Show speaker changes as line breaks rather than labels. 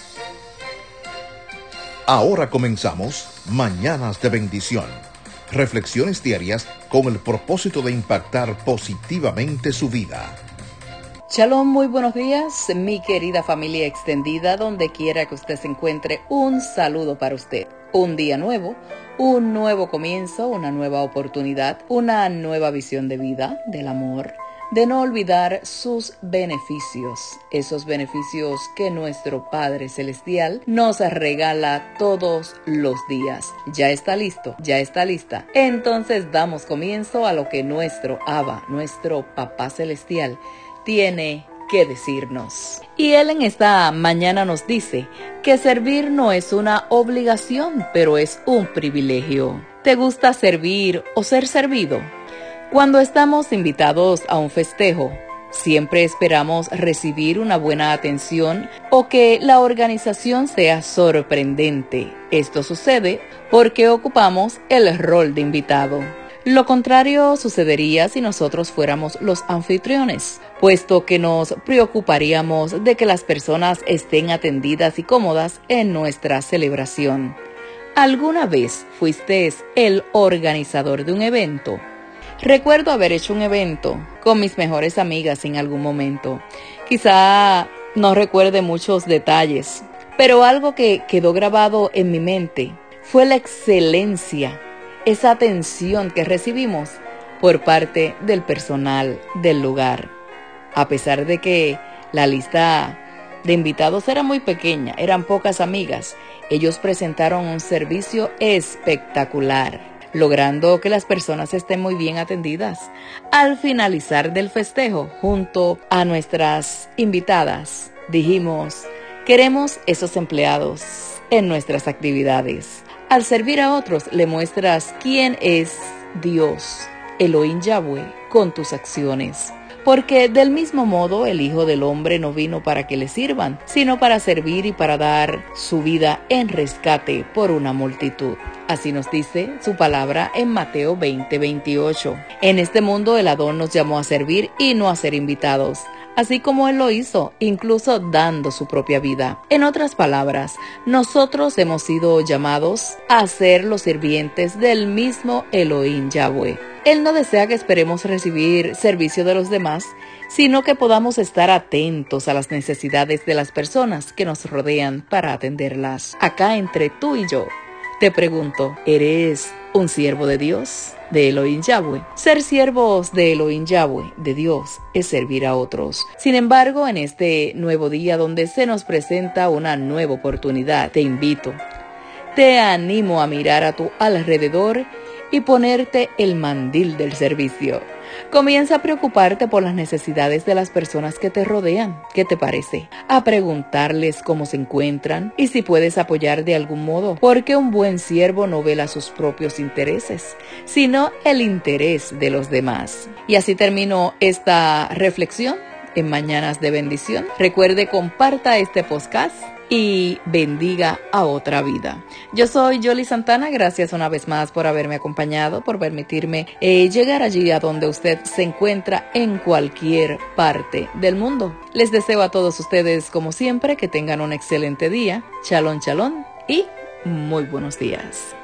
Ahora comenzamos Mañanas de Bendición. Reflexiones diarias con el propósito de impactar positivamente su vida.
Shalom, muy buenos días, mi querida familia extendida, donde quiera que usted se encuentre, un saludo para usted. Un día nuevo, un nuevo comienzo, una nueva oportunidad, una nueva visión de vida, del amor, de no olvidar sus beneficios, esos beneficios que nuestro Padre Celestial nos regala todos los días. ¿Ya está listo? ¿Ya está lista? Entonces damos comienzo a lo que nuestro Abba, nuestro Papá Celestial, tiene que decirnos. Y Él en esta mañana nos dice que servir no es una obligación, pero es un privilegio. ¿Te gusta servir o ser servido? Cuando estamos invitados a un festejo, siempre esperamos recibir una buena atención o que la organización sea sorprendente. Esto sucede porque ocupamos el rol de invitado. Lo contrario sucedería si nosotros fuéramos los anfitriones, puesto que nos preocuparíamos de que las personas estén atendidas y cómodas en nuestra celebración. ¿Alguna vez fuiste el organizador de un evento? Recuerdo haber hecho un evento con mis mejores amigas en algún momento. Quizá no recuerde muchos detalles, pero algo que quedó grabado en mi mente fue la excelencia, esa atención que recibimos por parte del personal del lugar. A pesar de que la lista de invitados era muy pequeña, eran pocas amigas, ellos presentaron un servicio espectacular, logrando que las personas estén muy bien atendidas. Al finalizar del festejo, junto a nuestras invitadas, dijimos, queremos esos empleados en nuestras actividades. Al servir a otros, le muestras quién es Dios, Elohim Yahweh, con tus acciones. Porque del mismo modo el Hijo del Hombre no vino para que le sirvan, sino para servir y para dar su vida en rescate por una multitud. Así nos dice su palabra en Mateo 20:28. En este mundo el Adón nos llamó a servir y no a ser invitados, así como Él lo hizo, incluso dando su propia vida. En otras palabras, nosotros hemos sido llamados a ser los sirvientes del mismo Elohim Yahweh. Él no desea que esperemos recibir servicio de los demás, sino que podamos estar atentos a las necesidades de las personas que nos rodean para atenderlas. Acá entre tú y yo, te pregunto, ¿eres un siervo de Dios, de Elohim Yahweh? Ser siervos de Elohim Yahweh, de Dios, es servir a otros. Sin embargo, en este nuevo día donde se nos presenta una nueva oportunidad, te invito, te animo a mirar a tu alrededor y ponerte el mandil del servicio. Comienza a preocuparte por las necesidades de las personas que te rodean. ¿Qué te parece? A preguntarles cómo se encuentran y si puedes apoyar de algún modo, porque un buen siervo no vela sus propios intereses, sino el interés de los demás. Y así termino esta reflexión en Mañanas de Bendición. Recuerde, comparta este podcast y bendiga a otra vida. Yo soy Yoli Santana, gracias una vez más por haberme acompañado, por permitirme llegar allí a donde usted se encuentra en cualquier parte del mundo. Les deseo a todos ustedes, como siempre, que tengan un excelente día. Shalom, shalom y muy buenos días.